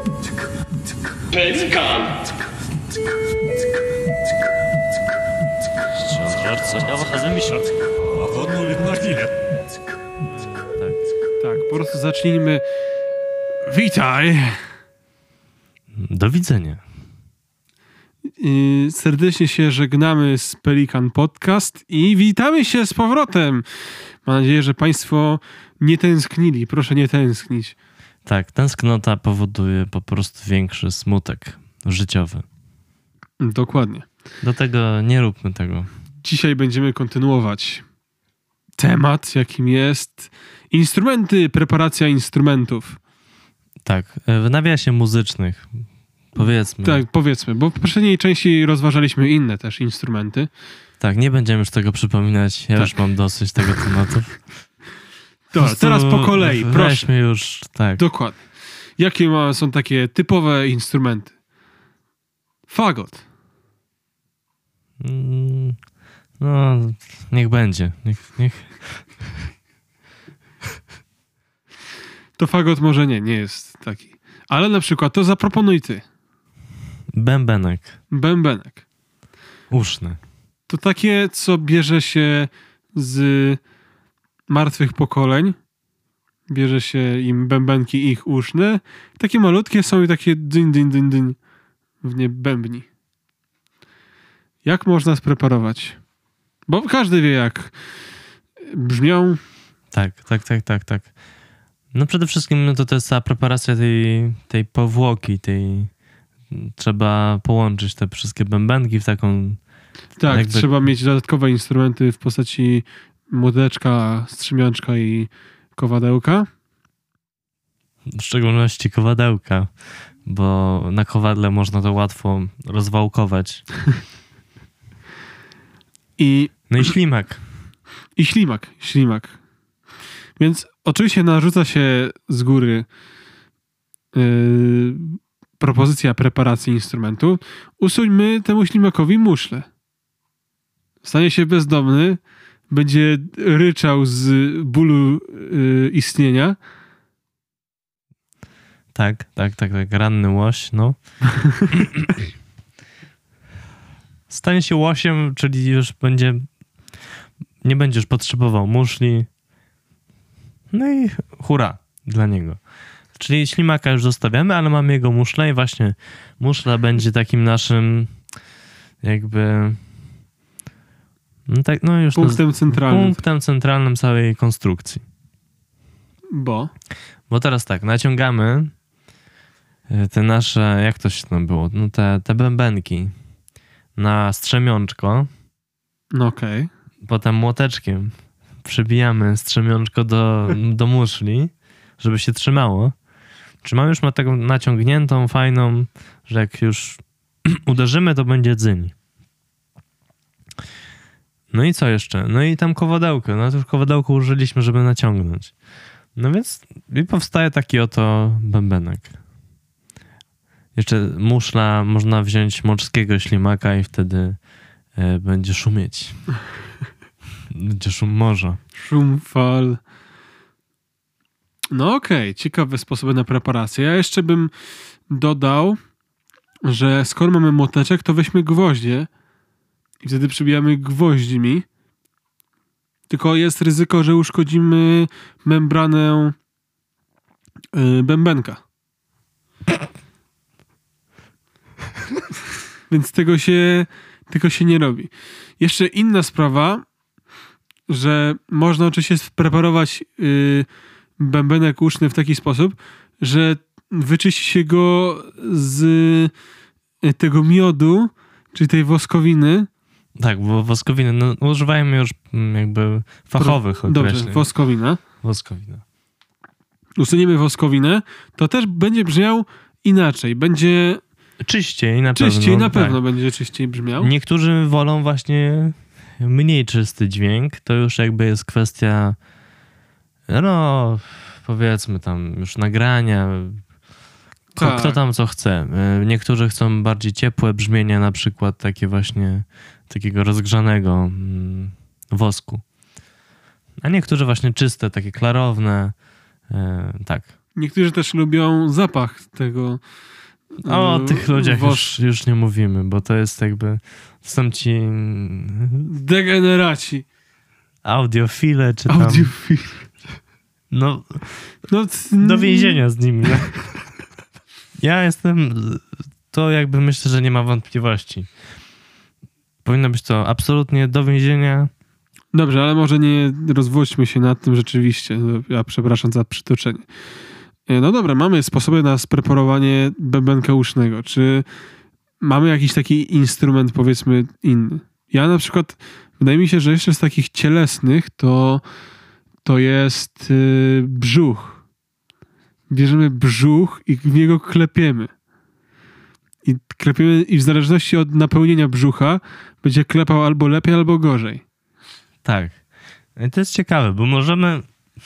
Pelikan! Tak, po prostu zacznijmy. Witaj! Do widzenia. Serdecznie się żegnamy z Pelikan Podcast i witamy się z powrotem. Mam nadzieję, że Państwo nie tęsknili. Proszę nie tęsknić. Tak, tęsknota powoduje po prostu większy smutek życiowy. Dokładnie. Do tego nie róbmy tego. Dzisiaj będziemy kontynuować temat, jakim jest instrumenty, preparacja instrumentów. Tak, w nawiasie muzycznych, powiedzmy. Tak, powiedzmy, bo w poprzedniej części rozważaliśmy inne też instrumenty. Tak, nie będziemy już tego przypominać, ja Tak. już mam dosyć tego tematu. Dobra, teraz po kolei, proszę. Weźmy już, tak. Dokładnie. Jakie są takie typowe instrumenty? Fagot. No, niech będzie. Niech. To fagot może nie jest taki. Ale na przykład to zaproponuj ty. Bębenek. Bębenek. Uszny. To takie, co bierze się z martwych pokoleń. Bierze się im bębenki ich uszne. Takie malutkie są i takie dyń, dyń, dyń, dyń w nie bębni. Jak można spreparować? Bo każdy wie, jak brzmią. Tak. No przede wszystkim to jest cała preparacja tej powłoki, trzeba połączyć te wszystkie bębenki w taką... Tak, jakby... trzeba mieć dodatkowe instrumenty w postaci młoteczka, strzemiączka i kowadełka. W szczególności kowadełka, bo na kowadle można to łatwo rozwałkować. No i ślimak. I ślimak. Więc oczywiście narzuca się z góry propozycja preparacji instrumentu. Usuńmy temu ślimakowi muszlę. Stanie się bezdomny, będzie ryczał z bólu istnienia. Tak, ranny łoś, no. Stanie się łosiem, czyli już nie będziesz potrzebował muszli. No i hurra dla niego. Czyli ślimaka już zostawiamy, ale mamy jego muszlę i właśnie muszla będzie takim naszym jakby już punktem centralnym całej konstrukcji. Bo teraz tak, naciągamy te nasze, jak to się tam było, no te bębenki na strzemiączko. No okej. Potem młoteczkiem przybijamy strzemiączko do muszli, żeby się trzymało. Już ma taką naciągniętą, fajną, że jak już uderzymy, to będzie dzyń. No i co jeszcze? No i tam kowadełko. No to już kowadełko użyliśmy, żeby naciągnąć. No więc i powstaje taki oto bębenek. Jeszcze muszla, można wziąć morskiego ślimaka i wtedy będzie szumieć. Będzie szum morza. Szum fal. No okej, ciekawe sposoby na preparację. Ja jeszcze bym dodał, że skoro mamy młoteczek, to weźmy gwoździe i wtedy przybijamy gwoźdźmi. Tylko jest ryzyko, że uszkodzimy membranę bębenka. Więc tego się nie robi. Jeszcze inna sprawa, że można oczywiście spreparować bębenek uszny w taki sposób, że wyczyści się go z tego miodu, czyli tej woskowiny. Tak, bo woskowiny, no używajmy już jakby fachowych określeń. Dobrze, woskowina. Usuniemy woskowinę, to też będzie brzmiał inaczej. Będzie czyściej na pewno będzie czyściej brzmiał. Niektórzy wolą właśnie mniej czysty dźwięk. To już jakby jest kwestia powiedzmy tam już nagrania. Kto tam co chce. Niektórzy chcą bardziej ciepłe brzmienia, na przykład takie właśnie takiego rozgrzanego wosku. A niektórzy właśnie czyste, takie klarowne. Tak. Niektórzy też lubią zapach tego. O tych ludziach już nie mówimy, bo to jest jakby... Są ci... Degeneraci. Audiofile, czy tam... Audiofile. No do więzienia z nimi. No. Ja jestem... To jakby myślę, że nie ma wątpliwości. Powinno być to absolutnie do więzienia. Dobrze, ale może nie rozwódźmy się nad tym rzeczywiście. Ja przepraszam za przytoczenie. No dobra, mamy sposoby na spreparowanie bębenka usznego. Czy mamy jakiś taki instrument, powiedzmy, inny? Ja na przykład, wydaje mi się, że jeszcze z takich cielesnych to jest brzuch. Bierzemy brzuch i w niego klepiemy. I klepiemy i w zależności od napełnienia brzucha będzie klepał albo lepiej, albo gorzej. Tak. I to jest ciekawe, bo możemy...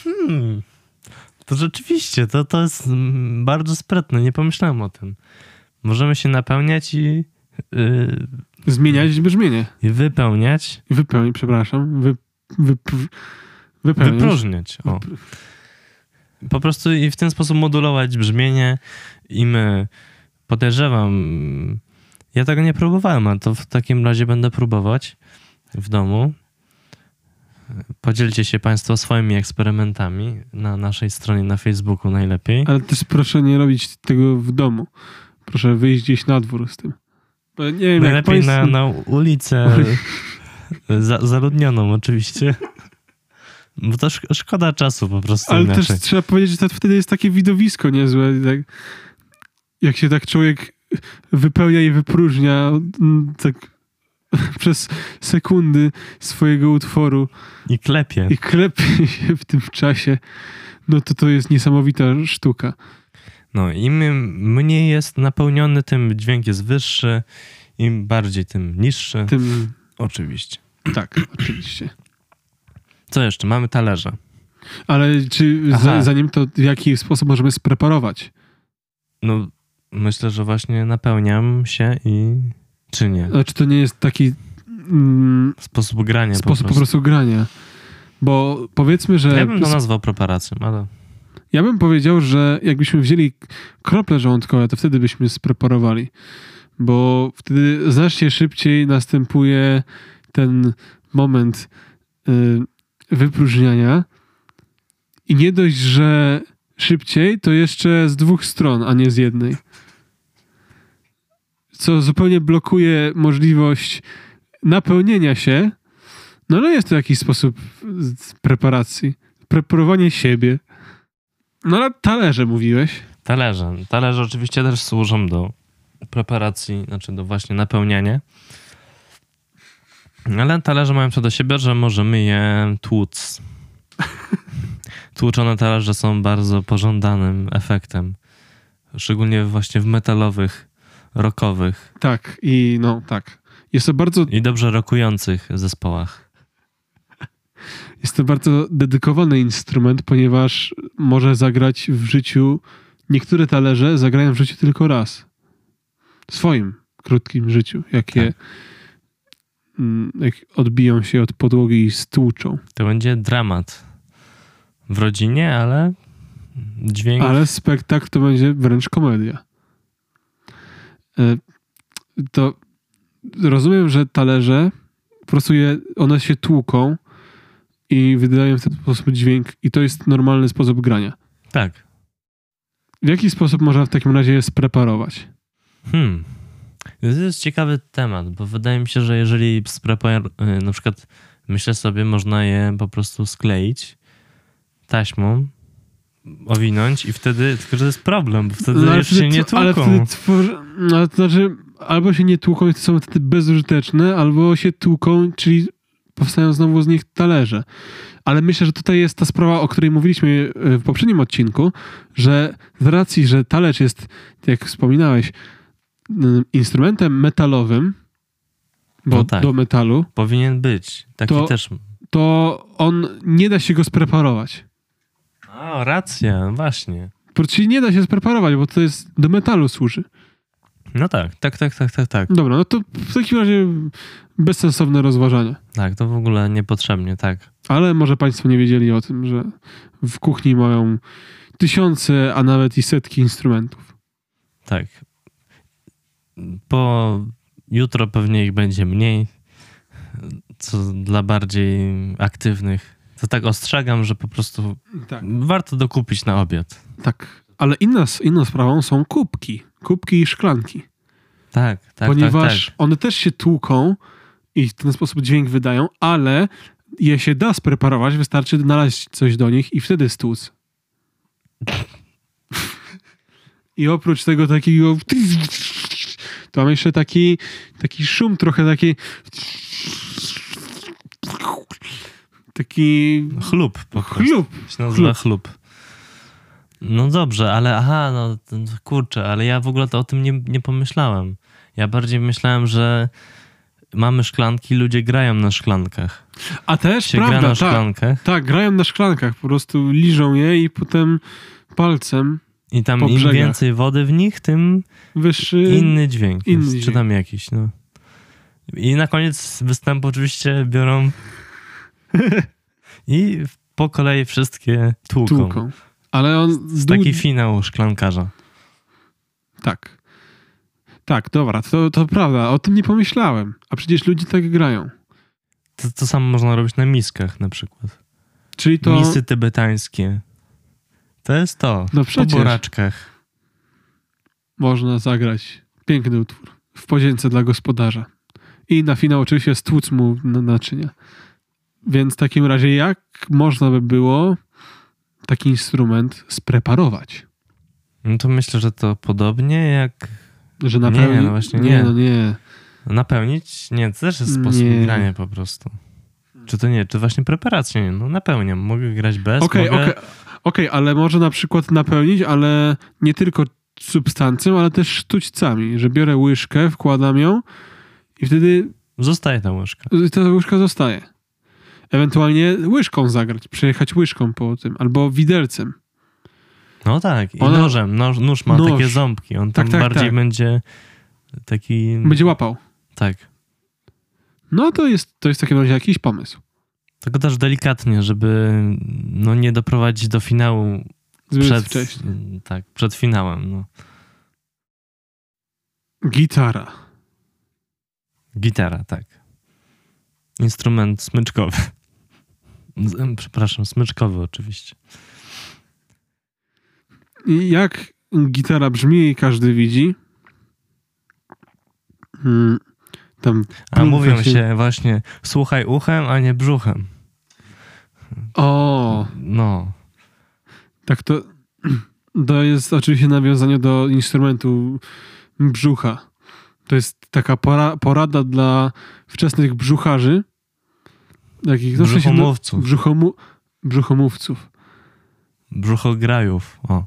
To rzeczywiście, to jest bardzo sprytne. Nie pomyślałem o tym. Możemy się napełniać i... Zmieniać brzmienie. I wypełniać. I wypełnić, przepraszam. Wypełniać. Wypróżniać. O. Po prostu i w ten sposób modulować brzmienie i my... Podejrzewam, ja tego nie próbowałem, ale to w takim razie będę próbować w domu. Podzielcie się Państwo swoimi eksperymentami na naszej stronie na Facebooku najlepiej. Ale też proszę nie robić tego w domu. Proszę wyjść gdzieś na dwór z tym. Bo nie wiem, najlepiej jak państwo... na ulicę zaludnioną oczywiście. Bo to szkoda czasu po prostu. Ale inaczej. też trzeba powiedzieć, że to wtedy jest takie widowisko niezłe. Jak się tak człowiek wypełnia i wypróżnia tak przez sekundy swojego utworu. I klepie. I klepie się w tym czasie. No to jest niesamowita sztuka. No im mniej jest napełniony, tym dźwięk jest wyższy. Im bardziej, tym niższy. Tym... Oczywiście. Tak, oczywiście. Co jeszcze? Mamy talerze. Ale czy zanim to w jaki sposób możemy spreparować? No myślę, że właśnie napełniam się i... Czy nie? A czy to nie jest taki... Sposób grania sposób po prostu grania. Bo powiedzmy, że... Ja bym to nazwał preparacją, ale... Ja bym powiedział, że jakbyśmy wzięli krople żołądkowe, to wtedy byśmy spreparowali. Bo wtedy znacznie szybciej następuje ten moment wypróżniania. I nie dość, że szybciej, to jeszcze z dwóch stron, a nie z jednej. Co zupełnie blokuje możliwość napełnienia się. No ale jest to jakiś sposób preparacji. Preparowanie siebie. No ale talerze mówiłeś. Talerze oczywiście też służą do preparacji, znaczy do właśnie napełniania. Ale talerze mają co do siebie, że możemy je tłuc. Tłuczone talerze są bardzo pożądanym efektem. Szczególnie właśnie w metalowych, rockowych. Tak, i no tak. Jest to bardzo... I dobrze rockujących zespołach. Jest to bardzo dedykowany instrument, ponieważ może zagrać w życiu... Niektóre talerze zagrają w życiu tylko raz. W swoim krótkim życiu. Jak odbiją się od podłogi i stłuczą. To będzie dramat w rodzinie, ale dźwięk... Ale spektakl to będzie wręcz komedia. To rozumiem, że talerze po prostu one się tłuką i wydają w ten sposób dźwięk i to jest normalny sposób grania. Tak. W jaki sposób można w takim razie je spreparować? To jest ciekawy temat, bo wydaje mi się, że jeżeli na przykład myślę sobie, można je po prostu skleić taśmą, owinąć i wtedy, tylko że to jest problem, bo wtedy już się nie tłuką. Ale wtedy to znaczy albo się nie tłuką i to są wtedy bezużyteczne, albo się tłuką, czyli powstają znowu z nich talerze. Ale myślę, że tutaj jest ta sprawa, o której mówiliśmy w poprzednim odcinku, że z racji, że talerz jest, jak wspominałeś, instrumentem metalowym, bo no tak, do metalu powinien być. Taki też. To on nie da się go spreparować. O, racja, właśnie. Czyli nie da się spreparować, bo to jest do metalu służy. No tak. Dobra, no to w takim razie bezsensowne rozważania. Tak, to w ogóle niepotrzebnie, tak. Ale może państwo nie wiedzieli o tym, że w kuchni mają tysiące, a nawet i setki instrumentów. Tak. Po jutro pewnie ich będzie mniej, co dla bardziej aktywnych. To tak ostrzegam, że po prostu warto dokupić na obiad. Tak, ale inną sprawą są kubki i szklanki. Tak. Ponieważ one też się tłuką i w ten sposób dźwięk wydają, ale je się da spreparować, wystarczy naleźć coś do nich i wtedy stłuc. I oprócz tego takiego to mam jeszcze taki szum trochę taki Chlup. Chlup. Się nazywa chlup. No dobrze, ale kurczę, ale ja w ogóle to o tym nie pomyślałem. Ja bardziej myślałem, że mamy szklanki, ludzie grają na szklankach. A też się prawda, gra na szklankach. Tak, grają na szklankach, po prostu liżą je i potem palcem. I tam im więcej wody w nich, tym wyższy inny dźwięk. Czy tam jakiś, no. I na koniec występu oczywiście biorą i po kolei wszystkie tłuką. Ale on... Taki finał szklankarza. Tak, dobra, to prawda, o tym nie pomyślałem. A przecież ludzie tak grają. To samo można robić na miskach na przykład. Czyli to... Misy tybetańskie. To jest to. No przecież. Po buraczkach. Można zagrać piękny utwór. W podzięce dla gospodarza. I na finał oczywiście stłuc mu naczynia. Więc w takim razie jak można by było taki instrument spreparować? No to myślę, że to podobnie jak... Że napełnić? Nie, no właśnie nie. Nie. Napełnić? Nie, to też jest sposób grania po prostu. Czy to nie? Czy właśnie preparacja? Nie, no napełniam. Mogę grać bez, Okej, ale może na przykład napełnić, ale nie tylko substancją, ale też sztućcami, że biorę łyżkę, wkładam ją i wtedy... Zostaje ta łyżka. Ta łyżka zostaje. Ewentualnie łyżką zagrać, przejechać łyżką po tym, albo widelcem. No tak, i nożem. Nóż ma takie ząbki. On tam bardziej będzie taki... Będzie łapał. Tak. No to jest w takim razie jakiś pomysł. Tylko też delikatnie, żeby nie doprowadzić do finału przed finałem. No. Gitara, tak. Instrument smyczkowy. Przepraszam, smyczkowy oczywiście. I jak gitara brzmi, każdy widzi. A mówią się właśnie słuchaj uchem, a nie brzuchem. O! No. Tak to jest oczywiście nawiązanie do instrumentu brzucha. To jest taka porada dla wczesnych brzucharzy. Takich, brzuchomówców. Brzuchomówców. Brzuchograjów. O.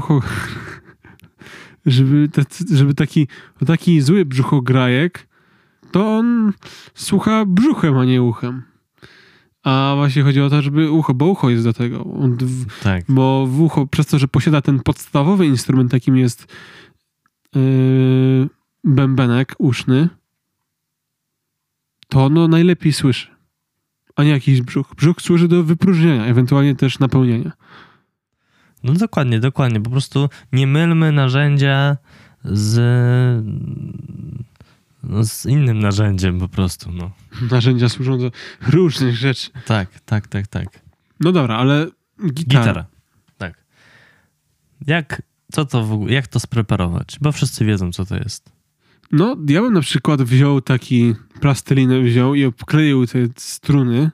Żeby taki zły brzuchograjek, to on słucha brzuchem, a nie uchem. A właśnie chodzi o to, żeby bo ucho jest do tego. Tak. Bo w ucho, przez to, że posiada ten podstawowy instrument, jakim jest bębenek uszny, to ono najlepiej słyszy, a nie jakiś brzuch. Brzuch służy do wypróżniania, ewentualnie też napełniania. No dokładnie. Po prostu nie mylmy narzędzia z innym narzędziem po prostu, no. Narzędzia służą do różnych rzeczy. Tak. No dobra, ale gitara. Tak. Jak to spreparować? Bo wszyscy wiedzą, co to jest. No, ja bym na przykład wziął plastelinę i obkleił te struny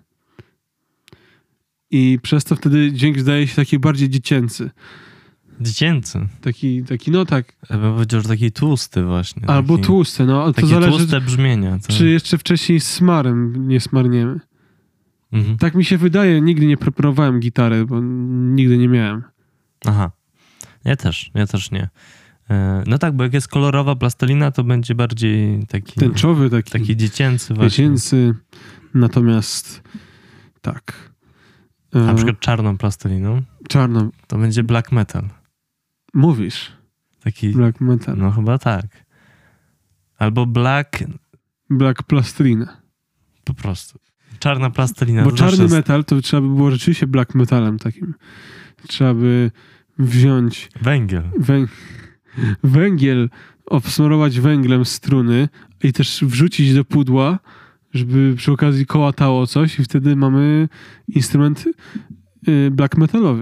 i przez to wtedy dźwięk zdaje się taki bardziej dziecięcy. Dziecięcy? Taki. Ja bym powiedział, że taki tłusty właśnie. Albo tłusty, no. Ale takie to zależy, tłuste brzmienia. To... Czy jeszcze wcześniej smarem nie smarniemy. Mhm. Tak mi się wydaje, nigdy nie preparowałem gitary, bo nigdy nie miałem. Aha. Ja też nie. No tak, bo jak jest kolorowa plastelina, to będzie bardziej taki... Tęczowy, taki dziecięcy właśnie. Dziecięcy, natomiast tak. Na przykład czarną plasteliną. Czarną. To będzie black metal. Mówisz? Taki... Black metal. No chyba tak. Albo black plastelina. Po prostu. Czarna plastelina. Bo czarny metal to trzeba by było rzeczywiście black metalem takim. Trzeba by wziąć Węgiel. węgiel, obsmarować węglem struny i też wrzucić do pudła, żeby przy okazji kołatało coś i wtedy mamy instrument black metalowy.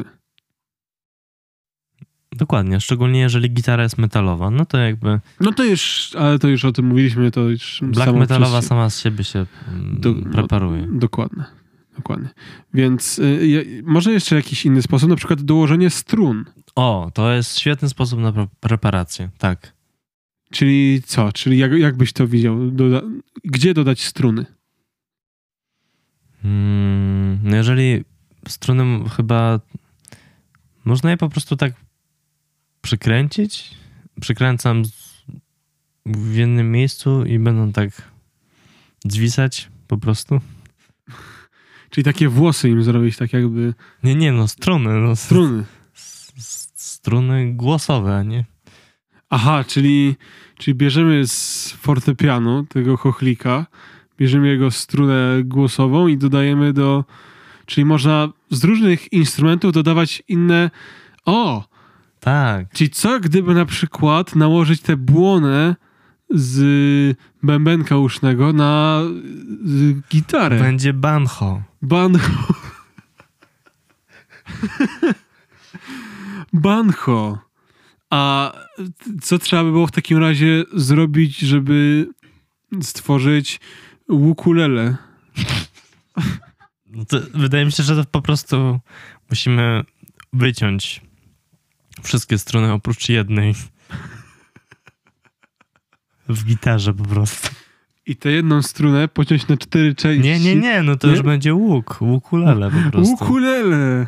Dokładnie, szczególnie jeżeli gitara jest metalowa, no to jakby... No to już, ale to już o tym mówiliśmy, to już... Black metalowa sama z siebie się preparuje. Dokładnie. Więc może jeszcze jakiś inny sposób, na przykład dołożenie strun. O, to jest świetny sposób na preparację, tak. Czyli co? Czyli jak byś to widział? Gdzie dodać struny? No jeżeli struny chyba... Można je po prostu tak przykręcić. Przykręcam w jednym miejscu i będą tak zwisać po prostu. Czyli takie włosy im zrobić, tak jakby... Nie, no struny. No, struny. Struny głosowe, a nie? Aha, czyli bierzemy z fortepianu tego chochlika, bierzemy jego strunę głosową i dodajemy do... Czyli można z różnych instrumentów dodawać inne... O! Tak. Czyli co, gdyby na przykład nałożyć tę błonę z bębenka usznego na gitarę? Będzie banjo. Banjo. A co trzeba by było w takim razie zrobić, żeby stworzyć ukulele? No to wydaje mi się, że to po prostu musimy wyciąć wszystkie struny oprócz jednej. W gitarze po prostu. I tę jedną strunę pociąć na 4 części. Nie, no to już będzie ukulele po prostu. Ukulele!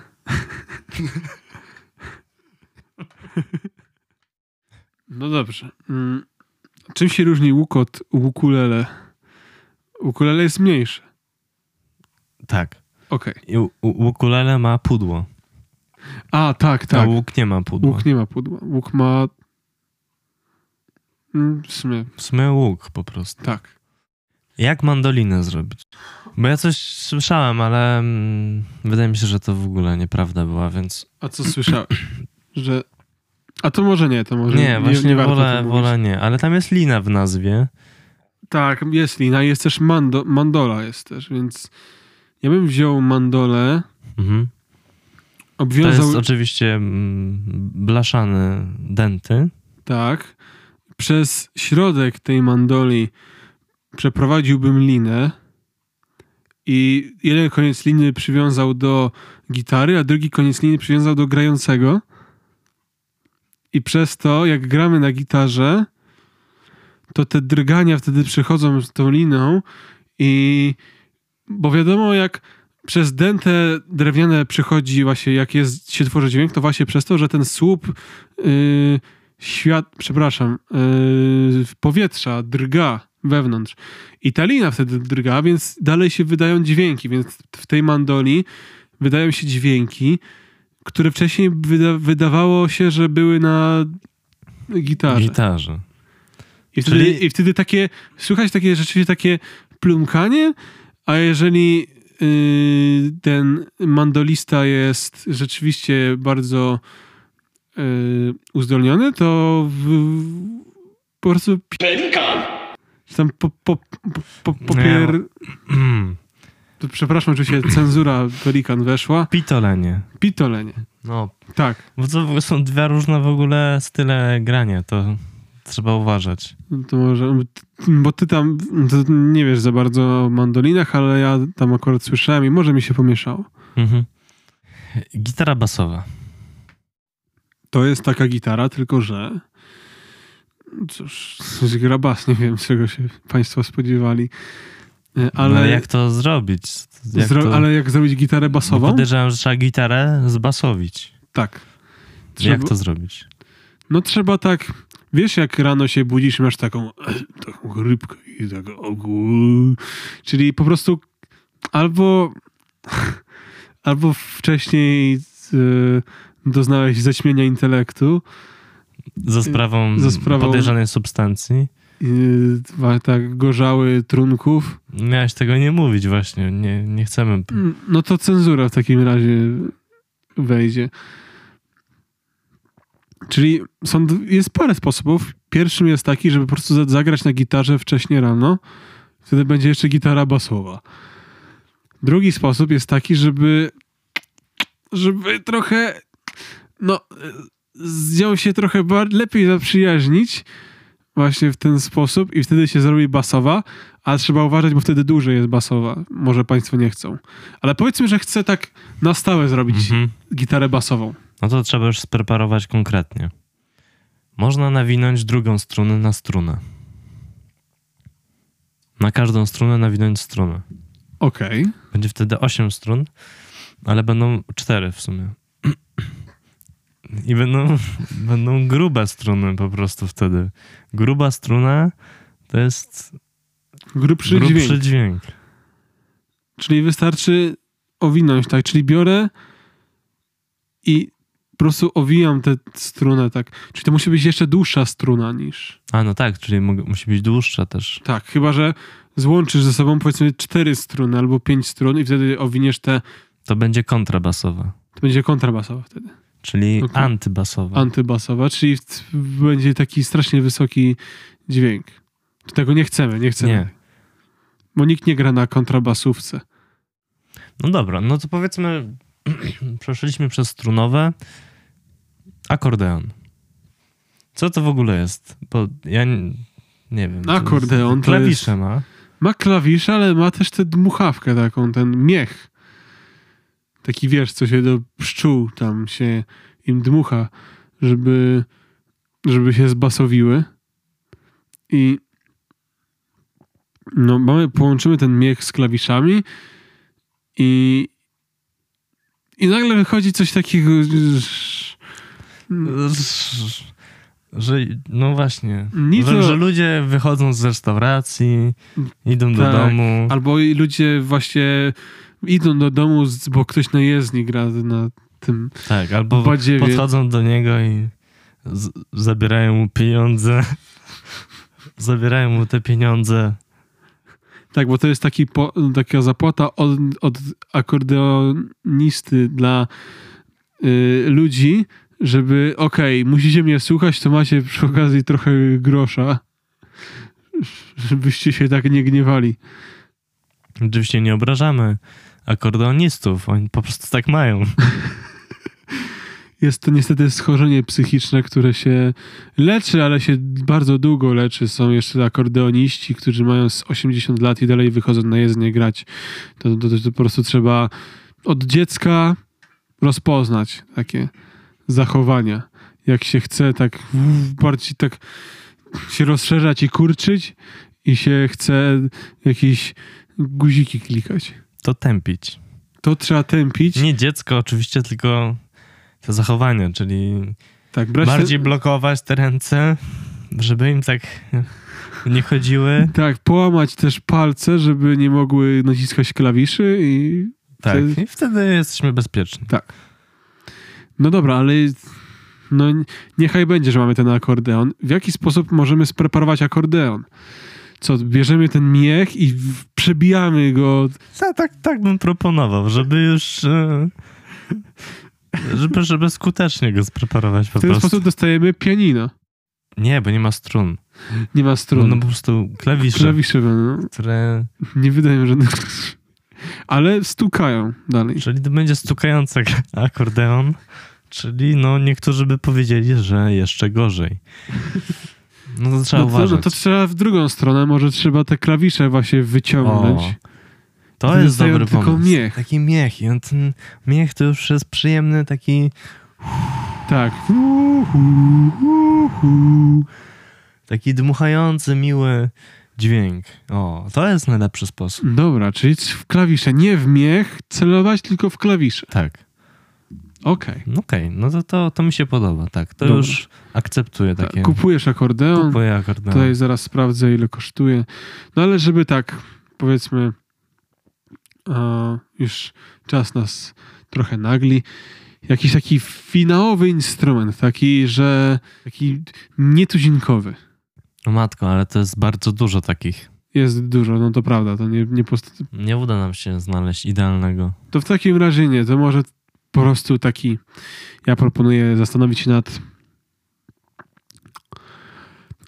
No dobrze. Czym się różni łuk od ukulele? Ukulele jest mniejsze. Tak. Okej. I ukulele ma pudło. A, tak. A łuk nie ma pudła. Łuk nie ma pudła. Łuk ma... W sumie łuk po prostu. Tak. Jak mandolinę zrobić? Bo ja coś słyszałem, ale wydaje mi się, że to w ogóle nieprawda była, więc... A co słyszałeś? Że... A to może nie, to może... Nie, właśnie nie wolę nie, ale tam jest lina w nazwie. Tak, jest lina, jest też mandola jest też, więc ja bym wziął mandolę, obwiązał... To jest oczywiście blaszane denty. Tak. Przez środek tej mandoli przeprowadziłbym linę i jeden koniec liny przywiązał do gitary, a drugi koniec liny przywiązał do grającego. I przez to, jak gramy na gitarze, to te drgania wtedy przychodzą z tą liną bo wiadomo, jak przez dętę drewniane przychodzi właśnie, jak się tworzy dźwięk, to właśnie przez to, że ten słup powietrza drga wewnątrz. I ta lina wtedy drga, więc dalej się wydają dźwięki, więc w tej mandoli wydają się dźwięki, które wcześniej wydawało się, że były na gitarze. I wtedy takie, słychać takie rzeczywiście takie plumkanie, a jeżeli ten mandolista jest rzeczywiście bardzo uzdolniony, to po prostu tam to, przepraszam, oczywiście cenzura pelikan weszła. Pitolenie. No. Tak. Bo to są dwa różne w ogóle style grania, to trzeba uważać. To może, bo ty tam nie wiesz za bardzo o mandolinach, ale ja tam akurat słyszałem i może mi się pomieszało. Gitara basowa. To jest taka gitara, tylko że cóż, gra bas, nie wiem czego się państwo spodziewali. Ale no jak to zrobić? Ale jak zrobić gitarę basową? Bo podejrzewam, że trzeba gitarę zbasowić. Tak. Jak to zrobić? No trzeba tak, wiesz jak rano się budzisz i masz taką rybkę i tak czyli po prostu albo wcześniej doznałeś zaćmienia intelektu. Za sprawą podejrzanej substancji. Tak, gorzały trunków. Miałeś tego nie mówić właśnie, nie chcemy. No to cenzura w takim razie wejdzie. Czyli jest parę sposobów. Pierwszym jest taki, żeby po prostu zagrać na gitarze wcześniej rano. Wtedy będzie jeszcze gitara basowa. Drugi sposób jest taki, żeby trochę z nią się trochę lepiej zaprzyjaźnić właśnie w ten sposób i wtedy się zrobi basowa, ale trzeba uważać, bo wtedy dłużej jest basowa. Może państwo nie chcą. Ale powiedzmy, że chcę tak na stałe zrobić gitarę basową. No to trzeba już spreparować konkretnie. Można nawinąć drugą strunę na strunę. Na każdą strunę nawinąć strunę. Okej. Będzie wtedy 8 strun, ale będą 4 w sumie. I będą grube struny po prostu wtedy. Gruba struna to jest grubszy dźwięk. Czyli wystarczy owinąć, tak? Czyli biorę i po prostu owijam tę strunę, tak? Czyli to musi być jeszcze dłuższa struna niż... A no tak, czyli musi być dłuższa też. Tak, chyba że złączysz ze sobą powiedzmy 4 struny albo 5 strun i wtedy owiniesz te... To będzie kontrabasowa. To będzie kontrabasowa wtedy. Czyli antybasowa. Antybasowa, czyli będzie taki strasznie wysoki dźwięk. Tego nie chcemy. Nie. Bo nikt nie gra na kontrabasówce. No dobra, no to powiedzmy przeszliśmy przez strunowe. Akordeon. Co to w ogóle jest? Bo ja nie wiem. Akordeon to klawisze ma. Ma klawisze, ale ma też tę dmuchawkę taką, ten miech. Taki wiesz, co się do pszczół tam się im dmucha, żeby się zbasowiły. I połączymy ten miech z klawiszami i nagle wychodzi coś takiego, że no właśnie, że ludzie wychodzą z restauracji, idą do domu. Albo ludzie właśnie idą do domu, bo ktoś na jezdni gra na tym albo badziewie. Podchodzą do niego i zabierają mu pieniądze. Zabierają mu te pieniądze. Tak, bo to jest taka zapłata od akordeonisty dla ludzi, żeby musicie mnie słuchać, to macie przy okazji trochę grosza, żebyście się tak nie gniewali. Oczywiście nie obrażamy akordeonistów, oni po prostu tak mają. Jest to niestety schorzenie psychiczne, które się leczy, ale się bardzo długo leczy. Są jeszcze akordeoniści, którzy mają z 80 lat i dalej wychodzą na jezdnię grać. To po prostu trzeba od dziecka rozpoznać takie zachowania. Jak się chce tak bardziej tak się rozszerzać i kurczyć i się chce jakieś guziki klikać. To tępić. To trzeba tępić. Nie dziecko oczywiście, tylko te zachowania, czyli bardziej blokować te ręce, żeby im tak nie chodziły. Tak, połamać też palce, żeby nie mogły naciskać klawiszy i... Tak, i wtedy jesteśmy bezpieczni. Tak. No dobra, ale niechaj będzie, że mamy ten akordeon. W jaki sposób możemy spreparować akordeon? Co, bierzemy ten miech i przebijamy go? Tak bym proponował, żeby już... Żeby skutecznie go spreparować po prostu. W ten sposób dostajemy pianino. Nie, bo nie ma strun. Nie ma strun. No po prostu klawisze. Klawisze, które... Nie wydaje mi się, że... Ale stukają dalej. Czyli to będzie stukający akordeon, czyli niektórzy by powiedzieli, że jeszcze gorzej. No to trzeba uważać. To trzeba w drugą stronę, może trzeba te klawisze właśnie wyciągnąć. To jest dobry pomysł. Tylko miech. Taki miech. I ten miech to już jest przyjemny taki... Tak. Taki dmuchający, miły dźwięk. To jest najlepszy sposób. Dobra, czyli w klawisze. Nie w miech celować, tylko w klawisze. Tak. Okej, no to mi się podoba. Tak, to dobra. Już akceptuję takie... Kupujesz akordeon. Kupuję akordeon. Tutaj zaraz sprawdzę, ile kosztuje. No ale żeby tak, powiedzmy... już czas nas trochę nagli. Jakiś taki finałowy instrument, taki nietuzinkowy. No matko, ale to jest bardzo dużo takich. Jest dużo, no to prawda. To nie uda nam się znaleźć idealnego. To w takim razie nie, to może po prostu taki... Ja proponuję zastanowić się nad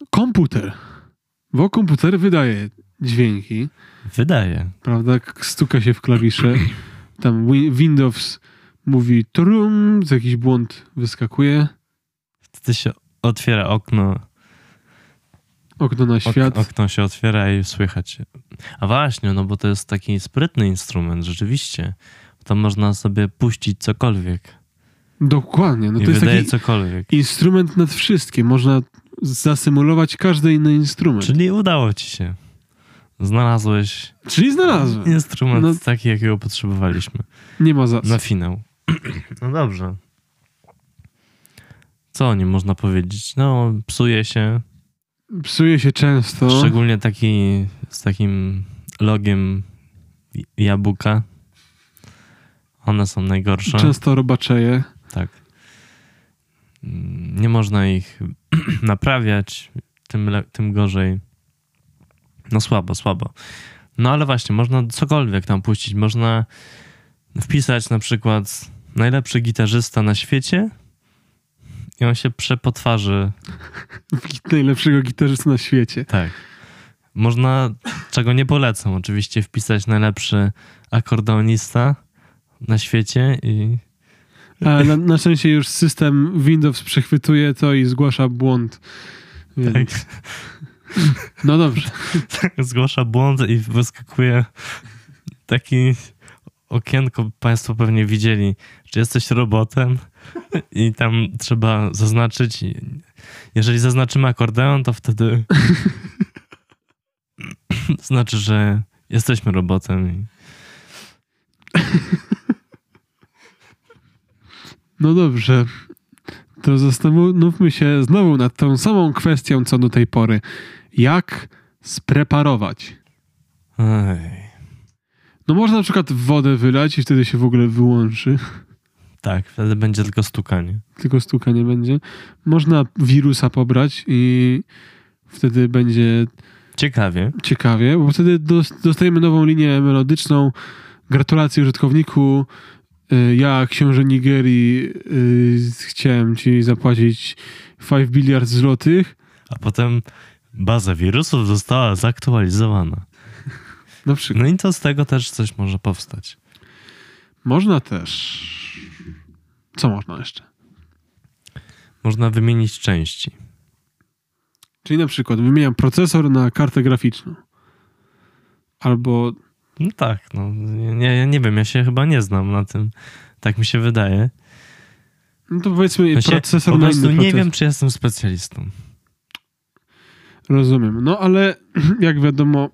komputer. Bo komputer wydaje dźwięki. Wydaje. Prawda? Stuka się w klawisze. Tam Windows mówi trum, jakiś błąd wyskakuje. Wtedy się otwiera okno. Okno na świat. Okno się otwiera i słychać. A właśnie, no bo to jest taki sprytny instrument, rzeczywiście. Tam można sobie puścić cokolwiek. Dokładnie. No I to jest wydaje taki cokolwiek. instrument nad wszystkim. Można zasymulować każdy inny instrument. Czyli udało ci się. Znalazłeś Czyli znalazłem. instrument taki, jakiego potrzebowaliśmy. Nie ma za co. Na finał. No dobrze. Co o nim można powiedzieć? No, psuje się. Psuje się często. Szczególnie taki z takim logiem jabłka. One są najgorsze. Często robaczeje. Tak. Nie można ich naprawiać, tym gorzej. No słabo. No ale właśnie, można cokolwiek tam puścić. Można wpisać na przykład najlepszy gitarzysta na świecie i on się przepotwarzy. Najlepszego gitarzysty na świecie. Tak. Można, czego nie polecam, oczywiście wpisać najlepszy akordeonista na świecie i... A na szczęście już system Windows przechwytuje to i zgłasza błąd. Więc... Tak. No dobrze. Zgłasza błąd i wyskakuje taki okienko, państwo pewnie widzieli, czy jesteś robotem i tam trzeba zaznaczyć. Jeżeli zaznaczymy akordeon, to wtedy to znaczy, że jesteśmy robotem. No dobrze. To zastanówmy się znowu nad tą samą kwestią, co do tej pory. Jak spreparować? Ej. No można na przykład wodę wylać i wtedy się w ogóle wyłączy. Tak, wtedy będzie tylko stukanie. Tylko stukanie będzie. Można wirusa pobrać i wtedy będzie ciekawie, bo wtedy dostajemy nową linię melodyczną. Gratulacje użytkowniku. Ja, książę Nigerii, chciałem ci zapłacić 5 biliard złotych. A potem baza wirusów została zaktualizowana. Na przykład. No i to z tego też coś może powstać. Można też... Co można jeszcze? Można wymienić części. Czyli na przykład wymieniam procesor na kartę graficzną. Albo... No tak, no. Ja nie wiem, ja się chyba nie znam na tym. Tak mi się wydaje. No to powiedzmy procesor po na prostu inny nie procesor. wiem, czy jestem specjalistą. Rozumiem. No ale jak wiadomo,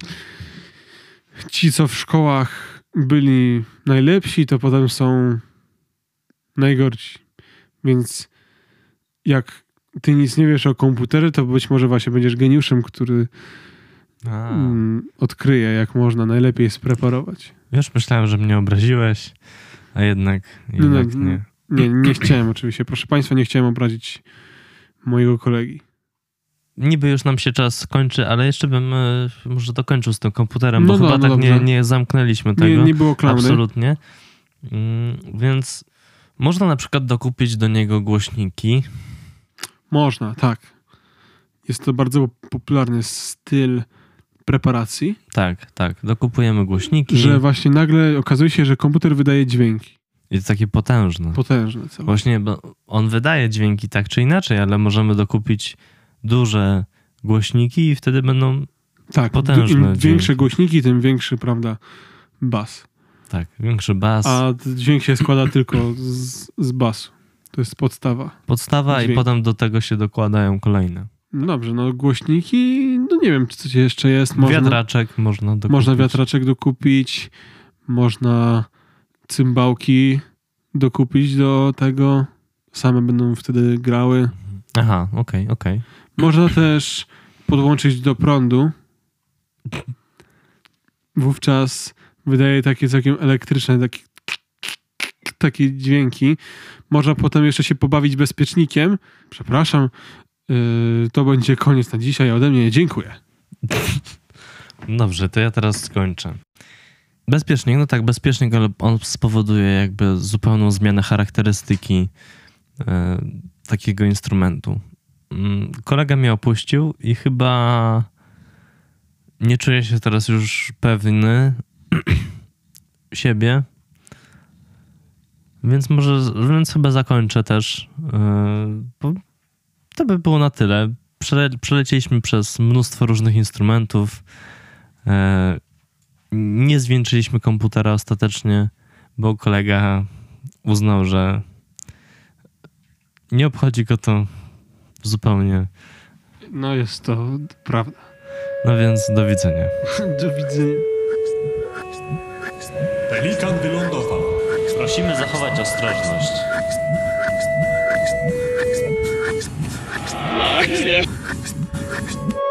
ci, co w szkołach byli najlepsi, to potem są najgorsi. Więc jak ty nic nie wiesz o komputerze, to być może właśnie będziesz geniuszem, który odkryje, jak można najlepiej spreparować. Wiesz, myślałem, że mnie obraziłeś, a jednak nie. Nie chciałem oczywiście. Proszę państwa, nie chciałem obrazić mojego kolegi. Niby już nam się czas kończy, ale jeszcze bym może dokończył z tym komputerem, bo chyba tak nie zamknęliśmy tego. Nie było klauny. Absolutnie. Więc można na przykład dokupić do niego głośniki. Można, tak. Jest to bardzo popularny styl preparacji. Tak. Dokupujemy głośniki. Że właśnie nagle okazuje się, że komputer wydaje dźwięki. Jest takie potężne. Potężne. Właśnie, bo on wydaje dźwięki tak czy inaczej, ale możemy dokupić duże głośniki i wtedy będą potężne im większe głośniki, tym większy, prawda, bas. Tak, większy bas. A dźwięk się składa tylko z basu. To jest podstawa. I potem do tego się dokładają kolejne. Dobrze, no głośniki, no nie wiem, czy coś jeszcze jest. Wiatraczek można dokupić. Można wiatraczek dokupić, można cymbałki dokupić do tego. Same będą wtedy grały. Aha, okej. Można też podłączyć do prądu. Wówczas wydaje takie całkiem elektryczne, takie dźwięki. Można potem jeszcze się pobawić bezpiecznikiem. Przepraszam, to będzie koniec na dzisiaj. Ode mnie dziękuję. Dobrze, to ja teraz skończę. Bezpiecznik, no tak, bezpiecznik, ale on spowoduje jakby zupełną zmianę charakterystyki takiego instrumentu. kolega mnie opuścił i chyba nie czuję się teraz już pewny siebie. Więc chyba zakończę też. Bo to by było na tyle. Przelecieliśmy przez mnóstwo różnych instrumentów. Nie zwieńczyliśmy komputera ostatecznie, bo kolega uznał, że nie obchodzi go to zupełnie. No jest to prawda. No więc do widzenia. Do widzenia. Pelikan wylądował. Prosimy zachować ostrożność. Akcja!